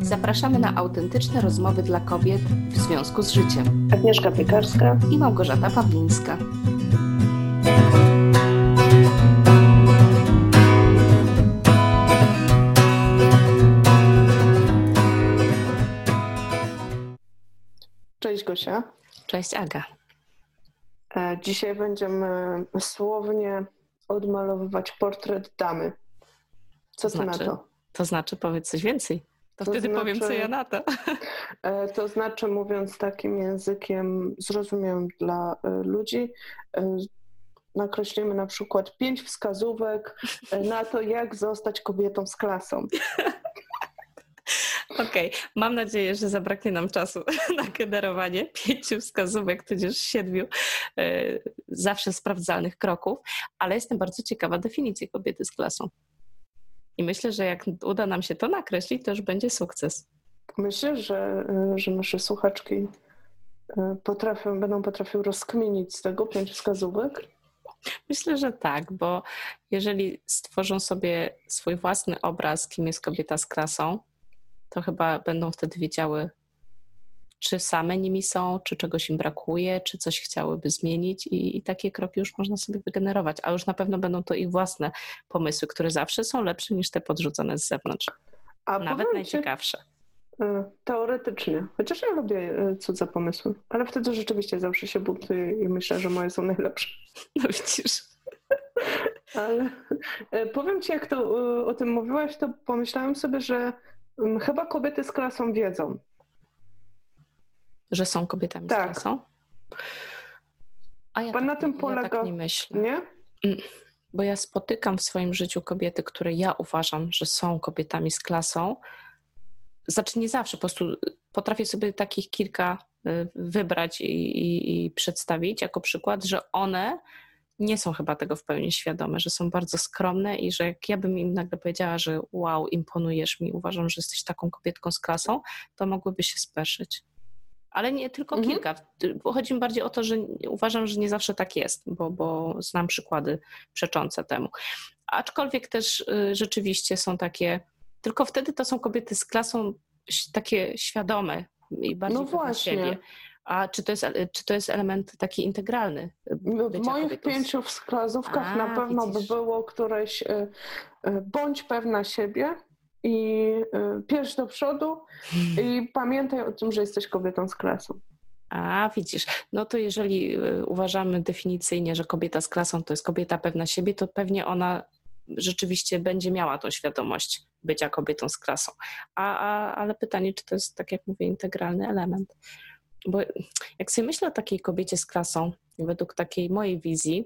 Zapraszamy na autentyczne rozmowy dla kobiet w związku z życiem. Agnieszka Piekarska i Małgorzata Pawlińska. Cześć Gosia. Cześć Aga. Dzisiaj będziemy słownie odmalowywać portret damy. Co ty na to? To znaczy powiedz coś więcej. To wtedy powiem, co ja na to. To znaczy, mówiąc takim językiem zrozumiałym dla ludzi, nakreślimy na przykład 5 wskazówek na to, jak zostać kobietą z klasą. Okej, mam nadzieję, że zabraknie nam czasu na generowanie 5 wskazówek, tudzież 7 zawsze sprawdzalnych kroków, ale jestem bardzo ciekawa definicji kobiety z klasą. I myślę, że jak uda nam się to nakreślić, to już będzie sukces. Myślę, że nasze słuchaczki będą potrafiły rozkminić z tego 5 wskazówek. Myślę, że tak, bo jeżeli stworzą sobie swój własny obraz, kim jest kobieta z klasą, to chyba będą wtedy wiedziały, czy same nimi są, czy czegoś im brakuje, czy coś chciałyby zmienić i takie kroki już można sobie wygenerować, a już na pewno będą to ich własne pomysły, które zawsze są lepsze niż te podrzucone z zewnątrz. Nawet najciekawsze. Teoretycznie, chociaż ja lubię cudze pomysły, ale wtedy rzeczywiście zawsze się buntuję i myślę, że moje są najlepsze. No widzisz. Ale powiem ci, jak to o tym mówiłaś, to pomyślałam sobie, że chyba kobiety z klasą wiedzą. Że są kobietami z klasą? A ja na tym polega, ja tak nie myślę. Nie? Bo ja spotykam w swoim życiu kobiety, które ja uważam, że są kobietami z klasą. Znaczy nie zawsze, po prostu potrafię sobie takich kilka wybrać i przedstawić jako przykład, że one nie są chyba tego w pełni świadome, że są bardzo skromne i że jak ja bym im nagle powiedziała, że wow, imponujesz mi, uważam, że jesteś taką kobietką z klasą, to mogłyby się speszyć. Ale nie tylko kilka. Chodzi mi bardziej o to, że uważam, że nie zawsze tak jest, bo znam przykłady przeczące temu. Aczkolwiek też rzeczywiście są takie, tylko wtedy to są kobiety z klasą takie świadome i bardziej pewne siebie. A czy to jest element taki integralny? W moich 5 wskazówkach na pewno by było któreś bądź pewna siebie i pierz do przodu i pamiętaj o tym, że jesteś kobietą z klasą. A widzisz, no to jeżeli uważamy definicyjnie, że kobieta z klasą to jest kobieta pewna siebie, to pewnie ona rzeczywiście będzie miała tą świadomość bycia kobietą z klasą. Ale pytanie, czy to jest, tak jak mówię, integralny element? Bo jak sobie myślę o takiej kobiecie z klasą, według takiej mojej wizji,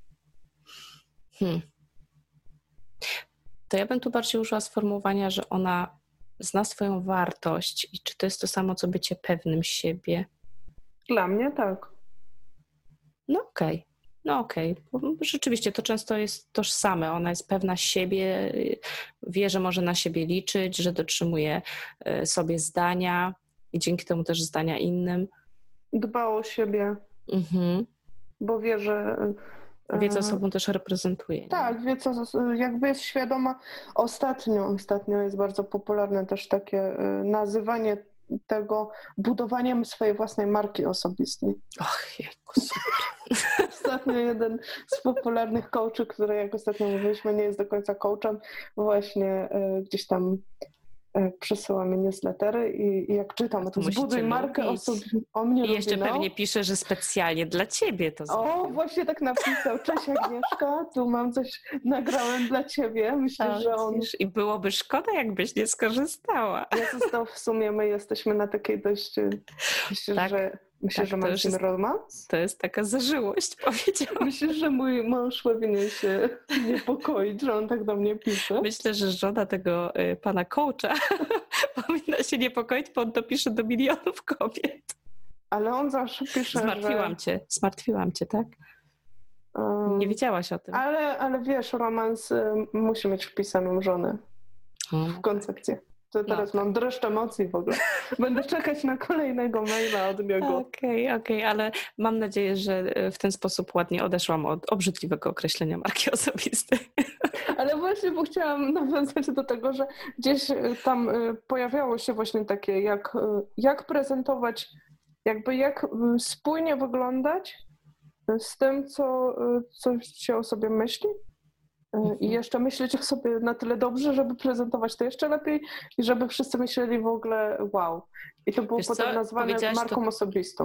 to ja bym tu bardziej użyła sformułowania, że ona zna swoją wartość i czy to jest to samo, co bycie pewnym siebie? Dla mnie tak. No okej. Bo rzeczywiście to często jest tożsame. Ona jest pewna siebie, wie, że może na siebie liczyć, że dotrzymuje sobie zdania i dzięki temu też zdania innym. Dba o siebie, bo wie, że... Wie, co sobą też reprezentuje. Tak, wie, co jakby jest świadoma. Ostatnio jest bardzo popularne też takie nazywanie tego budowaniem swojej własnej marki osobistej. Och, jejku, super. Ostatnio jeden z popularnych coachów, który jak ostatnio mówiliśmy, nie jest do końca coachem, właśnie gdzieś tam przesyła mi newslettery i jak czytam o tym, zbuduj markę osobistą, on mnie i jeszcze lubi, pewnie pisze, że specjalnie dla ciebie to zrobił. O, właśnie tak napisał. Cześć Agnieszka, tu mam coś, nagrałem dla ciebie. Myślę, że on... I byłoby szkoda, jakbyś nie skorzystała. W sumie my jesteśmy na takiej dość... Myślę, że mam ten romans. To jest taka zażyłość, powiedziałam. Myślę, że mój mąż powinien się niepokoić, że on tak do mnie pisze. Myślę, że żona tego pana coacha powinna się niepokoić, bo on to pisze do milionów kobiet. Ale on zawsze pisze, Zmartwiłam cię, tak? Nie wiedziałaś o tym. Ale wiesz, romans musi mieć wpisaną żonę w koncepcję. To teraz mam dreszcz emocji w ogóle. Będę czekać na kolejnego maila od niego. Okej, ale mam nadzieję, że w ten sposób ładnie odeszłam od obrzydliwego określenia marki osobistej. Ale właśnie, bo chciałam nawiązać do tego, że gdzieś tam pojawiało się właśnie takie, jak prezentować, jakby jak spójnie wyglądać z tym, co się o sobie myśli. I jeszcze myśleć o sobie na tyle dobrze, żeby prezentować to jeszcze lepiej i żeby wszyscy myśleli w ogóle wow. I to było potem nazwane marką osobistą.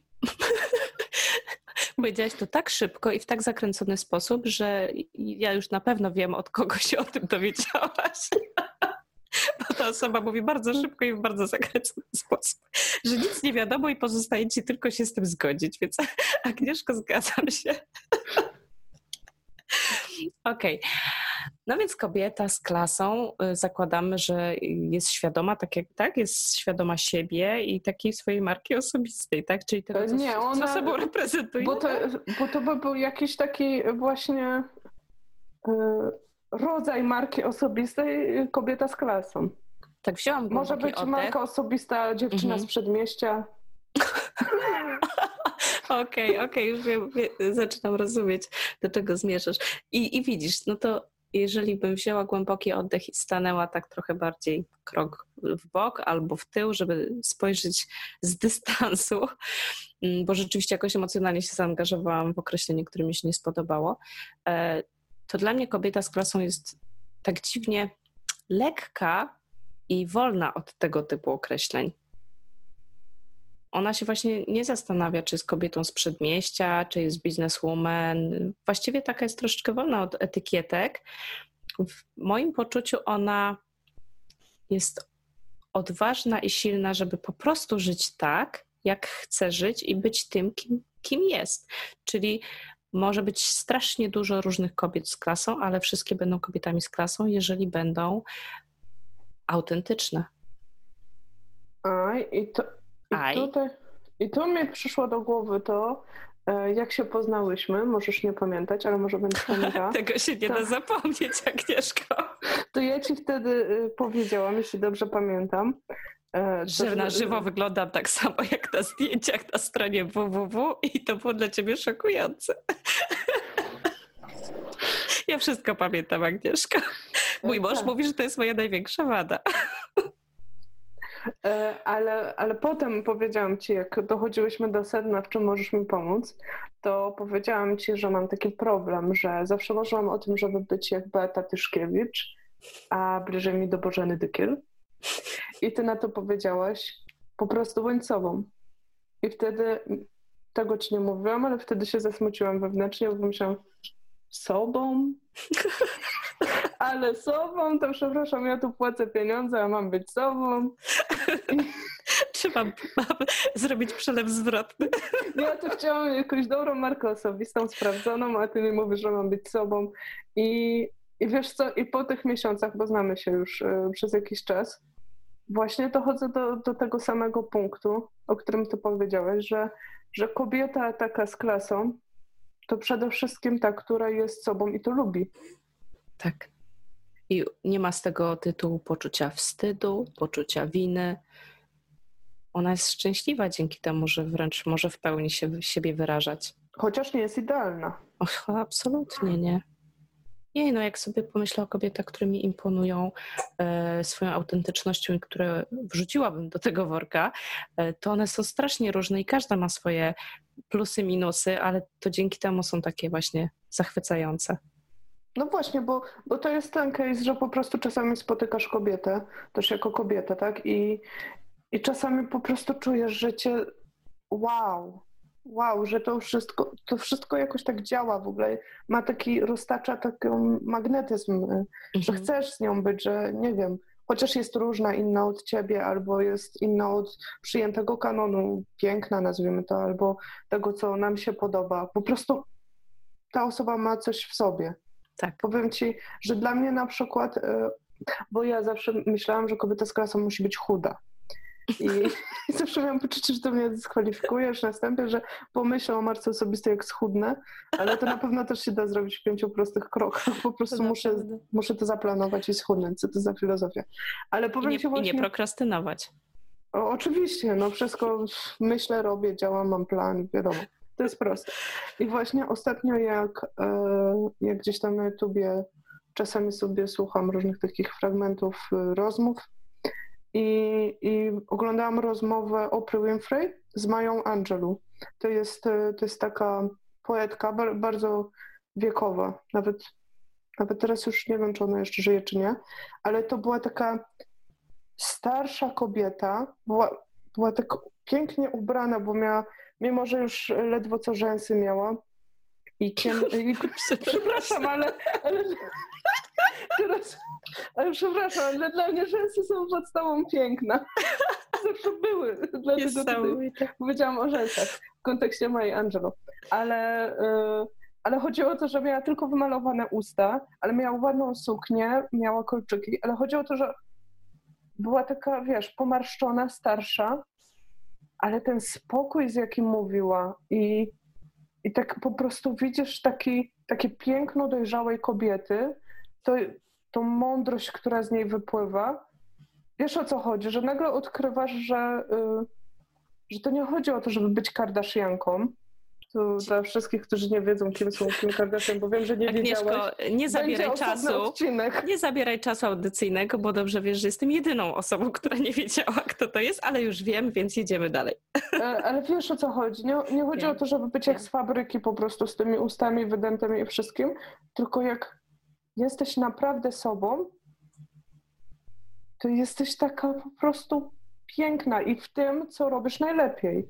Powiedziałaś to tak szybko i w tak zakręcony sposób, że ja już na pewno wiem, od kogo się o tym dowiedziałaś. Bo ta osoba mówi bardzo szybko i w bardzo zakręcony sposób, że nic nie wiadomo i pozostaje ci tylko się z tym zgodzić. Więc Agnieszko, zgadzam się. Okej. No więc kobieta z klasą, zakładamy, że jest świadoma, jest świadoma siebie i takiej swojej marki osobistej, tak? Czyli tego, co sobą reprezentuje. Bo to by był jakiś taki właśnie rodzaj marki osobistej, kobieta z klasą. Tak, wzięłam Może być oddech. Marka osobista, dziewczyna z przedmieścia. Okej, już zaczynam rozumieć, do czego zmierzasz. I widzisz, no to jeżeli bym wzięła głęboki oddech i stanęła tak trochę bardziej krok w bok albo w tył, żeby spojrzeć z dystansu, bo rzeczywiście jakoś emocjonalnie się zaangażowałam w określenie, które mi się nie spodobało, to dla mnie kobieta z klasą jest tak dziwnie lekka i wolna od tego typu określeń. Ona się właśnie nie zastanawia, czy jest kobietą z przedmieścia, czy jest bizneswoman. Właściwie taka jest troszeczkę wolna od etykietek. W moim poczuciu ona jest odważna i silna, żeby po prostu żyć tak, jak chce żyć i być tym, kim jest. Czyli może być strasznie dużo różnych kobiet z klasą, ale wszystkie będą kobietami z klasą, jeżeli będą autentyczne. I tu mi przyszło do głowy to, jak się poznałyśmy, możesz nie pamiętać, ale może będziesz pamiętała. Tego się nie da zapomnieć, Agnieszko. To ja ci wtedy powiedziałam, jeśli dobrze pamiętam. Że na żywo wyglądam tak samo jak na zdjęciach na stronie www i to było dla ciebie szokujące. Ja wszystko pamiętam, Agnieszka. Mój mąż mówi, że to jest moja największa wada. Ale potem powiedziałam ci, jak dochodziłyśmy do sedna, w czym możesz mi pomóc, to powiedziałam ci, że mam taki problem, że zawsze marzyłam o tym, żeby być jak Beata Tyszkiewicz, a bliżej mi do Bożeny Dykiel. I ty na to powiedziałaś, po prostu bądź sobą. I wtedy, tego ci nie mówiłam, ale wtedy się zasmuciłam wewnętrznie, bo myślałam, sobą? Ale sobą, to przepraszam, ja tu płacę pieniądze, a mam być sobą. Czy mam zrobić przelew zwrotny? Ja tu chciałam jakąś dobrą markę osobistą, sprawdzoną, a ty mi mówisz, że mam być sobą. I wiesz co, i po tych miesiącach, bo znamy się już przez jakiś czas, właśnie dochodzę do tego samego punktu, o którym ty powiedziałeś, że kobieta taka z klasą, to przede wszystkim ta, która jest sobą i to lubi. Tak. I nie ma z tego tytułu poczucia wstydu, poczucia winy. Ona jest szczęśliwa dzięki temu, że wręcz może w pełni siebie wyrażać. Chociaż nie jest idealna. Och, absolutnie nie. Nie, no jak sobie pomyślę o kobietach, które mi imponują swoją autentycznością i które wrzuciłabym do tego worka, to one są strasznie różne i każda ma swoje plusy, minusy, ale to dzięki temu są takie właśnie zachwycające. No właśnie, bo to jest ten case, że po prostu czasami spotykasz kobietę, też jako kobietę, tak? I czasami po prostu czujesz, że cię wow, że to wszystko jakoś tak działa w ogóle. Roztacza taki magnetyzm, że chcesz z nią być, że nie wiem, chociaż jest różna, inna od ciebie, albo jest inna od przyjętego kanonu, piękna nazwijmy to, albo tego, co nam się podoba. Po prostu ta osoba ma coś w sobie. Tak. Powiem ci, że dla mnie na przykład, bo ja zawsze myślałam, że kobieta z klasą musi być chuda. I zawsze miałam poczucie, że to mnie dyskwalifikujesz następnie, że pomyślę o marce osobistej, jak schudnę, ale to na pewno też się da zrobić w 5 prostych krokach. Po prostu muszę to zaplanować i schudnąć. Co to za filozofia? Ale powiem ci właśnie... I nie prokrastynować. Oczywiście, no wszystko myślę, robię, działam, mam plan, wiadomo. To jest proste. I właśnie ostatnio jak gdzieś tam na YouTubie czasami sobie słucham różnych takich fragmentów rozmów i oglądałam rozmowę Oprah Winfrey z Mają Angelou. To jest taka poetka bardzo wiekowa. Nawet teraz już nie wiem, czy ona jeszcze żyje, czy nie, ale to była taka starsza kobieta, była tak pięknie ubrana, bo mimo że już ledwo co rzęsy miała. Przepraszam, ale teraz, przepraszam, ale dla mnie rzęsy są podstawą piękna. Zawsze były, dlatego tutaj powiedziałam o rzęsach w kontekście Maya Angelou. Ale chodziło o to, że miała tylko wymalowane usta, ale miała ładną suknię, miała kolczyki, ale chodziło o to, że była taka, wiesz, pomarszczona, starsza, ale ten spokój, z jakim mówiła i tak po prostu widzisz takie piękno dojrzałej kobiety, tą mądrość, która z niej wypływa. Wiesz, o co chodzi, że nagle odkrywasz, że to nie chodzi o to, żeby być Kardashianką. Tu dla wszystkich, którzy nie wiedzą, kim są Kim Kardashian, bo wiem, że nie wiedziałaś. Nie zabieraj czasu audycyjnego, bo dobrze wiesz, że jestem jedyną osobą, która nie wiedziała, kto to jest, ale już wiem, więc jedziemy dalej. Ale wiesz, o co chodzi. Nie chodzi o to, żeby być jak z fabryki po prostu z tymi ustami wydętymi i wszystkim, tylko jak jesteś naprawdę sobą, to jesteś taka po prostu piękna i w tym, co robisz najlepiej.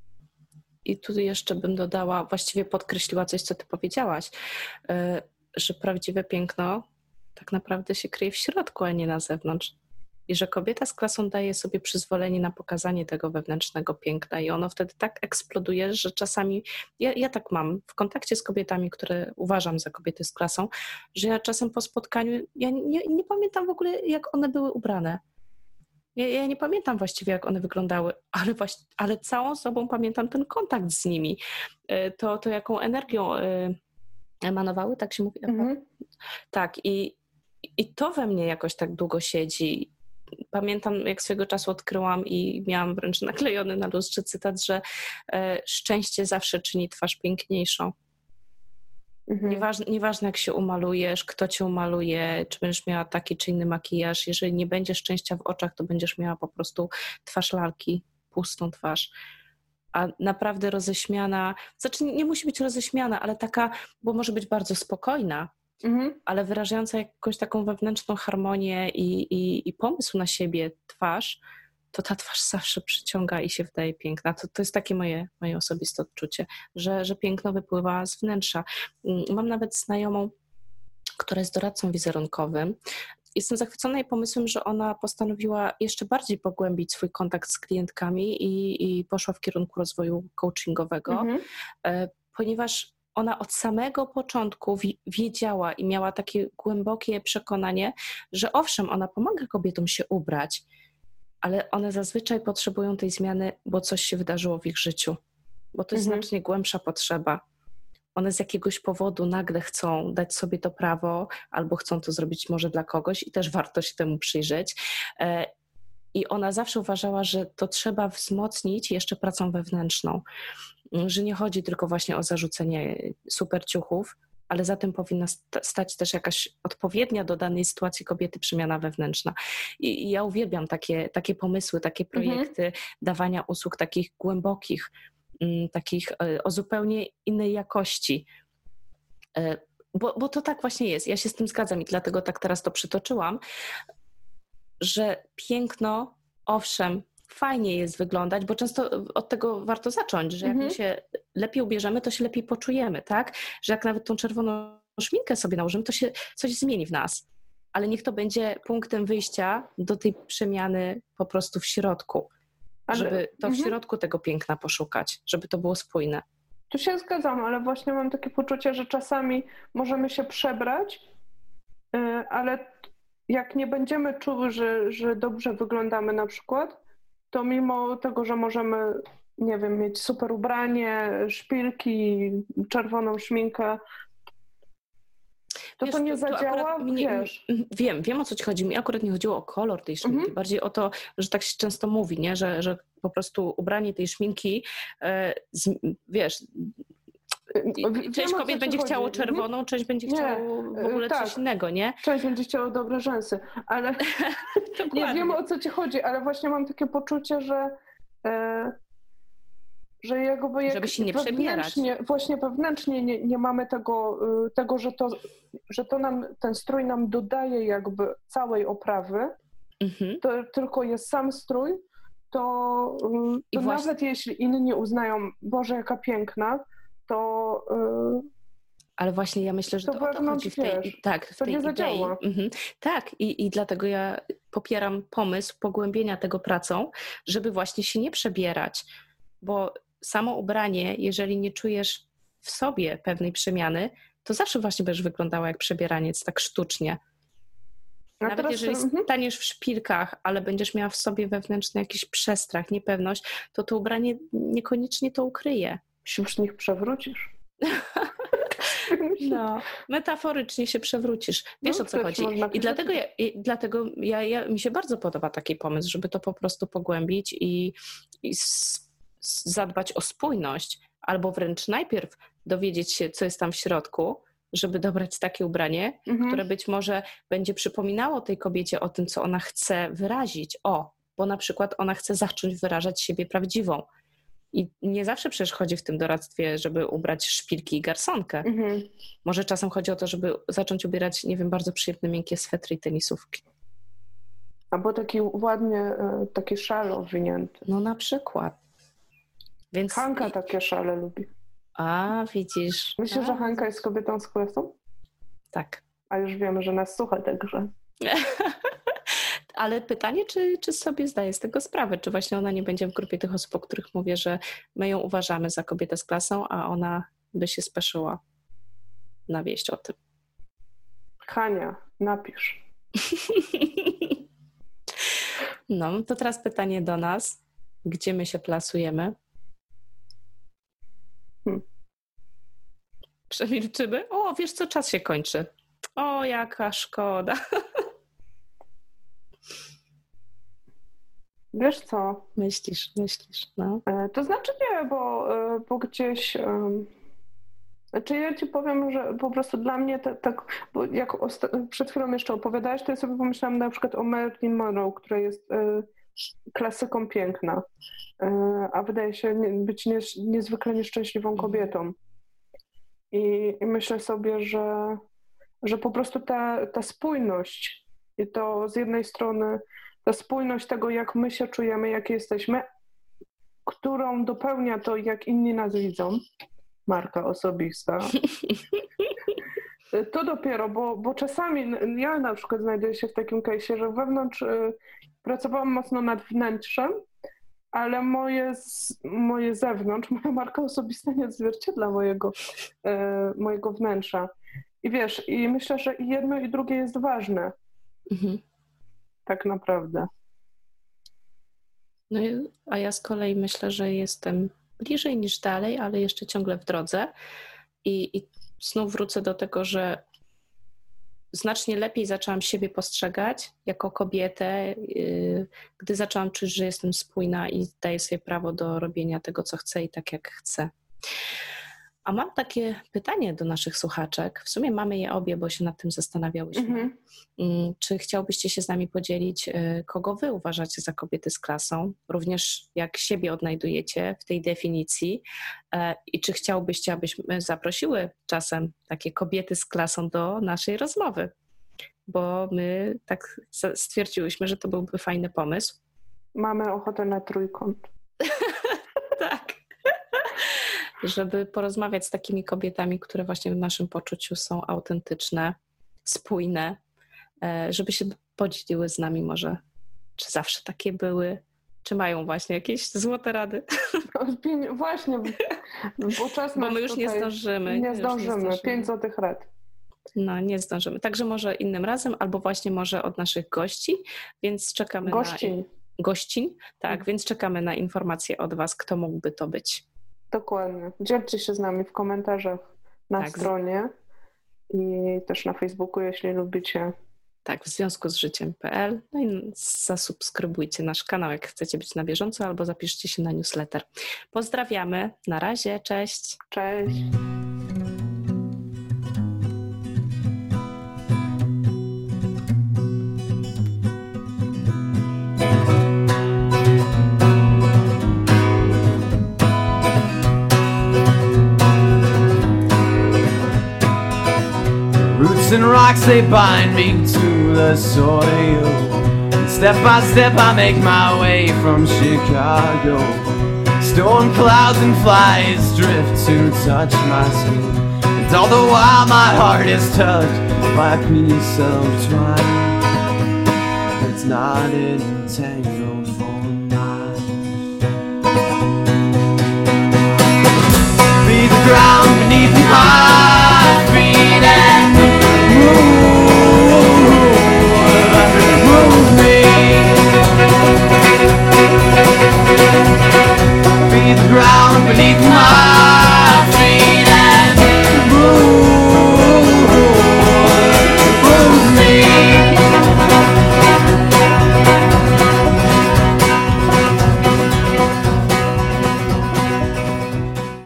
I tu jeszcze bym dodała, właściwie podkreśliła coś, co ty powiedziałaś, że prawdziwe piękno tak naprawdę się kryje w środku, a nie na zewnątrz. I że kobieta z klasą daje sobie przyzwolenie na pokazanie tego wewnętrznego piękna i ono wtedy tak eksploduje, że czasami, ja tak mam w kontakcie z kobietami, które uważam za kobiety z klasą, że ja czasem po spotkaniu, ja nie pamiętam w ogóle, jak one były ubrane. Ja nie pamiętam właściwie, jak one wyglądały, ale całą sobą pamiętam ten kontakt z nimi. To jaką energią emanowały, tak się mówi? Tak, i to we mnie jakoś tak długo siedzi. Pamiętam, jak swego czasu odkryłam i miałam wręcz naklejony na lustrze cytat, że szczęście zawsze czyni twarz piękniejszą. Nieważne jak się umalujesz, kto cię umaluje, czy będziesz miała taki czy inny makijaż, jeżeli nie będzie szczęścia w oczach, to będziesz miała po prostu twarz lalki, pustą twarz. A naprawdę roześmiana, nie musi być roześmiana, ale taka, bo może być bardzo spokojna, ale wyrażająca jakąś taką wewnętrzną harmonię i pomysł na siebie twarz, to ta twarz zawsze przyciąga i się wydaje piękna. To jest takie moje osobiste odczucie, że piękno wypływa z wnętrza. Mam nawet znajomą, która jest doradcą wizerunkowym. Jestem zachwycona jej pomysłem, że ona postanowiła jeszcze bardziej pogłębić swój kontakt z klientkami i poszła w kierunku rozwoju coachingowego, ponieważ ona od samego początku wiedziała i miała takie głębokie przekonanie, że owszem, ona pomaga kobietom się ubrać, ale one zazwyczaj potrzebują tej zmiany, bo coś się wydarzyło w ich życiu, bo to jest znacznie głębsza potrzeba. One z jakiegoś powodu nagle chcą dać sobie to prawo albo chcą to zrobić może dla kogoś i też warto się temu przyjrzeć. I ona zawsze uważała, że to trzeba wzmocnić jeszcze pracą wewnętrzną, że nie chodzi tylko właśnie o zarzucenie super ciuchów, ale za tym powinna stać też jakaś odpowiednia do danej sytuacji kobiety przemiana wewnętrzna. I ja uwielbiam takie pomysły, takie projekty dawania usług takich głębokich, takich o zupełnie innej jakości. Bo to tak właśnie jest. Ja się z tym zgadzam i dlatego tak teraz to przytoczyłam, że piękno, owszem, fajnie jest wyglądać, bo często od tego warto zacząć, że jak my się lepiej ubierzemy, to się lepiej poczujemy, tak? Że jak nawet tą czerwoną szminkę sobie nałożymy, to się coś zmieni w nas. Ale niech to będzie punktem wyjścia do tej przemiany po prostu w środku. Żeby to w środku tego piękna poszukać, żeby to było spójne. Tu się zgadzam, ale właśnie mam takie poczucie, że czasami możemy się przebrać, ale jak nie będziemy czuły, że dobrze wyglądamy na przykład, to mimo tego, że możemy, nie wiem, mieć super ubranie, szpilki, czerwoną szminkę, to wiesz, to nie zadziała, wiesz. Wiem o co ci chodzi. Mi akurat nie chodziło o kolor tej szminki, bardziej o to, że tak się często mówi, nie? Że po prostu ubranie tej szminki, wiesz, część kobiet będzie chciało czerwoną, część będzie chciało w ogóle coś innego, nie? Część będzie chciało dobre rzęsy, ale nie wiem o co ci chodzi, ale właśnie mam takie poczucie, że jakby żeby się nie przebierać. Właśnie wewnętrznie nie mamy tego że to nam, ten strój nam dodaje jakby całej oprawy, to tylko jest sam strój, to nawet jeśli inni uznają, Boże, jaka piękna, to... Ale właśnie ja myślę, że to o to chodzi w tej, w tej idei. Tak, i dlatego ja popieram pomysł pogłębienia tego pracą, żeby właśnie się nie przebierać, bo samo ubranie, jeżeli nie czujesz w sobie pewnej przemiany, to zawsze właśnie będziesz wyglądała jak przebieraniec, tak sztucznie. Nawet jeżeli staniesz w szpilkach, ale będziesz miała w sobie wewnętrzny jakiś przestrach, niepewność, to ubranie niekoniecznie to ukryje. Się w nich przewrócisz. No, metaforycznie się przewrócisz. Wiesz, o co chodzi. I dlatego mi się bardzo podoba taki pomysł, żeby to po prostu pogłębić i zadbać o spójność, albo wręcz najpierw dowiedzieć się, co jest tam w środku, żeby dobrać takie ubranie, które być może będzie przypominało tej kobiecie o tym, co ona chce wyrazić. Bo na przykład ona chce zacząć wyrażać siebie prawdziwą. I nie zawsze przecież chodzi w tym doradztwie, żeby ubrać szpilki i garsonkę. Może czasem chodzi o to, żeby zacząć ubierać, nie wiem, bardzo przyjemne, miękkie swetry i tenisówki. Albo taki szal owinięty. No na przykład. Więc... Hanka takie szale lubi. A, widzisz. Myślisz, że Hanka jest kobietą z klasą? Tak. A już wiemy, że nas słucha także. Ale pytanie, czy sobie zdaje z tego sprawę, czy właśnie ona nie będzie w grupie tych osób, o których mówię, że my ją uważamy za kobietę z klasą, a ona by się spieszyła na wieść o tym. Hania, napisz. No, to teraz pytanie do nas. Gdzie my się plasujemy? Przemilczymy? Wiesz co, czas się kończy. Jaka szkoda. Wiesz co? Myślisz, no. To znaczy nie, bo gdzieś... Znaczy ja ci powiem, że po prostu dla mnie tak, bo jak przed chwilą jeszcze opowiadałaś, to ja sobie pomyślałam na przykład o Marilyn Monroe, która jest klasyką piękna, a wydaje się być niezwykle nieszczęśliwą kobietą. I myślę sobie, że po prostu ta spójność i to z jednej strony ta spójność tego, jak my się czujemy, jakie jesteśmy, którą dopełnia to, jak inni nas widzą, marka osobista, to dopiero, bo czasami ja na przykład znajduję się w takim case'ie, że wewnątrz pracowałam mocno nad wnętrzem, ale moje zewnątrz, moja marka osobista nie odzwierciedla mojego wnętrza. I wiesz, i myślę, że i jedno i drugie jest ważne. Tak naprawdę. No, a ja z kolei myślę, że jestem bliżej niż dalej, ale jeszcze ciągle w drodze. I znów wrócę do tego, że znacznie lepiej zaczęłam siebie postrzegać jako kobietę, gdy zaczęłam czuć, że jestem spójna i daję sobie prawo do robienia tego, co chcę i tak, jak chcę. A mam takie pytanie do naszych słuchaczek. W sumie mamy je obie, bo się nad tym zastanawiałyśmy. Czy chciałbyście się z nami podzielić, kogo wy uważacie za kobiety z klasą? Również jak siebie odnajdujecie w tej definicji? I czy chciałbyście, abyśmy zaprosiły czasem takie kobiety z klasą do naszej rozmowy? Bo my tak stwierdziłyśmy, że to byłby fajny pomysł. Mamy ochotę na trójkąt. Tak. Żeby porozmawiać z takimi kobietami, które właśnie w naszym poczuciu są autentyczne, spójne, żeby się podzieliły z nami może, czy zawsze takie były, czy mają właśnie jakieś złote rady. Właśnie, bo czas bo my już nie zdążymy. Nie zdążymy. 5 złotych rad. No, nie zdążymy. Także może innym razem, albo właśnie może od naszych gości, więc czekamy Gościń. gościń, tak, więc czekamy na informacje od Was, kto mógłby to być. Dokładnie. Dzielcie się z nami w komentarzach na stronie i też na Facebooku, jeśli lubicie. Tak, w związku z życiem.pl. No i zasubskrybujcie nasz kanał, jak chcecie być na bieżąco, albo zapiszcie się na newsletter. Pozdrawiamy. Na razie. Cześć. Cześć. Roots and rocks, they bind me to the soil. And step by step I make my way from Chicago. Storm clouds and flies drift to touch my skin. And all the while my heart is touched by a piece of twine that's not entangled for miles. Be the ground beneath my feet and move me. Be the ground beneath my